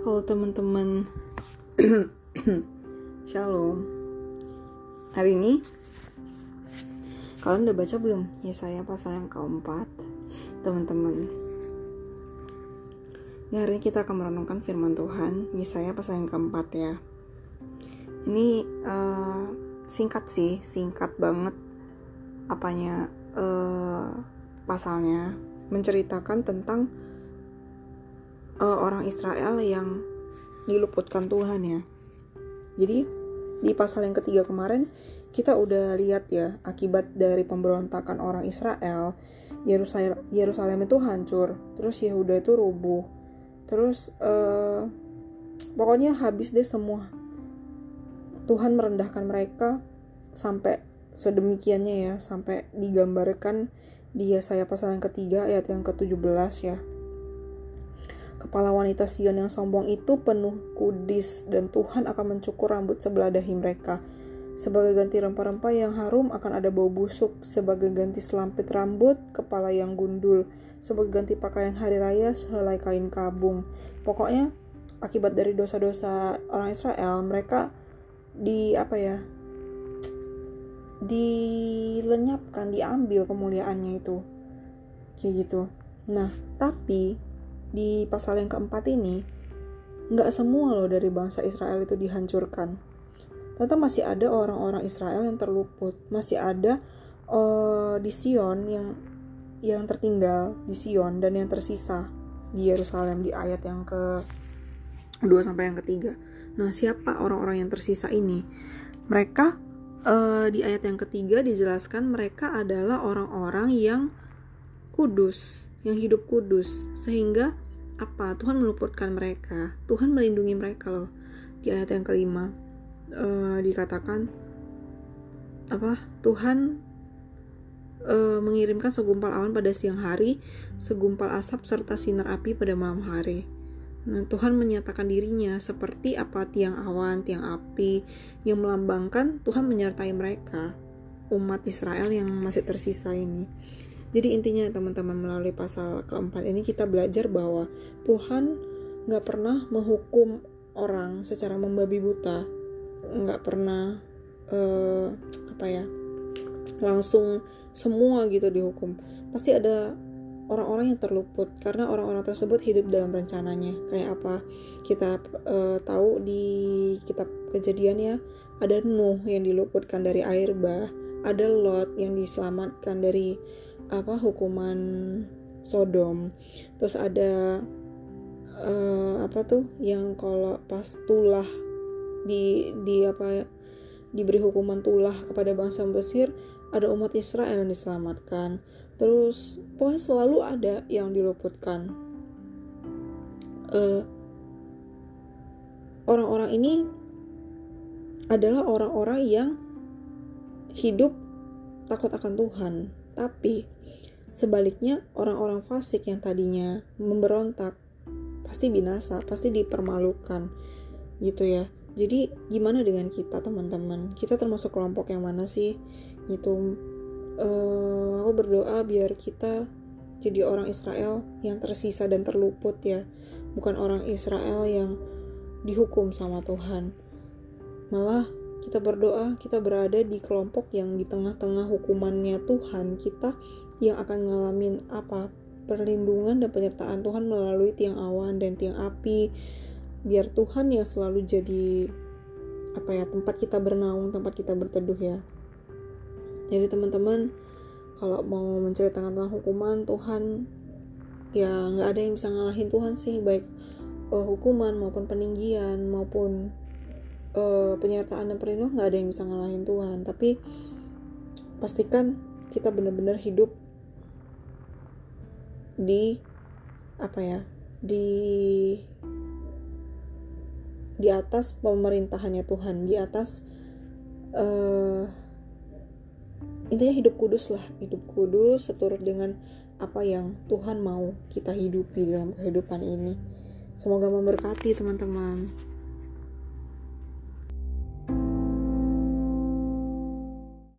Halo teman-teman. Shalom. Hari ini kalian udah baca belum Yesaya pasal yang keempat, teman-teman? Ya, hari ini kita akan merenungkan firman Tuhan Yesaya pasal yang keempat ya. Ini singkat banget apanya pasalnya, menceritakan tentang orang Israel yang diluputkan Tuhan ya. Jadi di pasal yang ketiga kemarin kita udah lihat ya, akibat dari pemberontakan orang Israel, Yerusalem itu hancur, terus Yehuda itu rubuh, terus pokoknya habis deh semua. Tuhan merendahkan mereka sampai sedemikiannya ya, sampai digambarkan di Yesaya pasal yang ketiga ayat yang ke-17 ya. Kepala wanita Sion yang sombong itu penuh kudis, dan Tuhan akan mencukur rambut sebelah dahi mereka. Sebagai ganti rempah-rempah yang harum akan ada bau busuk, sebagai ganti selampit rambut, kepala yang gundul, sebagai ganti pakaian hari raya, sehelai kain kabung. Pokoknya akibat dari dosa-dosa orang Israel, mereka dilenyapkan, diambil kemuliaannya itu. Kayak gitu. Nah, tapi di pasal yang keempat ini gak semua loh dari bangsa Israel itu dihancurkan. Ternyata masih ada orang-orang Israel yang terluput. Masih ada di Sion yang tertinggal di Sion, dan yang tersisa di Yerusalem di ayat yang ke-2 sampai yang ke-3. Nah, siapa orang-orang yang tersisa ini? Mereka di ayat yang ke-3 dijelaskan mereka adalah orang-orang yang kudus, yang hidup kudus, sehingga Tuhan meluputkan mereka, Tuhan melindungi mereka loh. Di ayat yang ke-5 dikatakan Tuhan mengirimkan segumpal awan pada siang hari, segumpal asap serta sinar api pada malam hari. Nah, Tuhan menyatakan dirinya seperti tiang awan, tiang api, yang melambangkan Tuhan menyertai mereka, umat Israel yang masih tersisa ini. Jadi intinya teman-teman, melalui pasal keempat ini kita belajar bahwa Tuhan gak pernah menghukum orang secara membabi buta, gak pernah langsung semua gitu dihukum. Pasti ada orang-orang yang terluput, karena orang-orang tersebut hidup dalam rencananya. Kayak apa kita tahu di kitab Kejadian ya, ada Nuh yang diluputkan dari air bah, ada Lot yang diselamatkan dari hukuman Sodom. Terus ada yang kalau pas tulah diberi hukuman tulah kepada bangsa Mesir, ada umat Israel yang diselamatkan. Terus pokoknya selalu ada yang diluputkan. Orang-orang ini adalah orang-orang yang hidup takut akan Tuhan. Tapi sebaliknya, orang-orang fasik yang tadinya memberontak pasti binasa, pasti dipermalukan gitu ya. Jadi gimana dengan kita teman-teman? Kita termasuk kelompok yang mana sih? Gitu. Aku berdoa biar kita jadi orang Israel yang tersisa dan terluput ya, bukan orang Israel yang dihukum sama Tuhan. Malah kita berdoa kita berada di kelompok yang di tengah-tengah hukumannya Tuhan, kita yang akan ngalamin perlindungan dan penyertaan Tuhan melalui tiang awan dan tiang api. Biar Tuhan yang selalu jadi tempat kita bernaung, tempat kita berteduh ya. Jadi teman-teman, kalau mau menceritakan tentang hukuman Tuhan, ya nggak ada yang bisa ngalahin Tuhan sih, baik hukuman maupun peninggian maupun penyertaan dan perlindungan, nggak ada yang bisa ngalahin Tuhan. Tapi pastikan kita benar-benar hidup di di atas pemerintahannya Tuhan, di atas intinya hidup kudus seturut dengan apa yang Tuhan mau kita hidupi dalam kehidupan ini. Semoga memberkati teman-teman.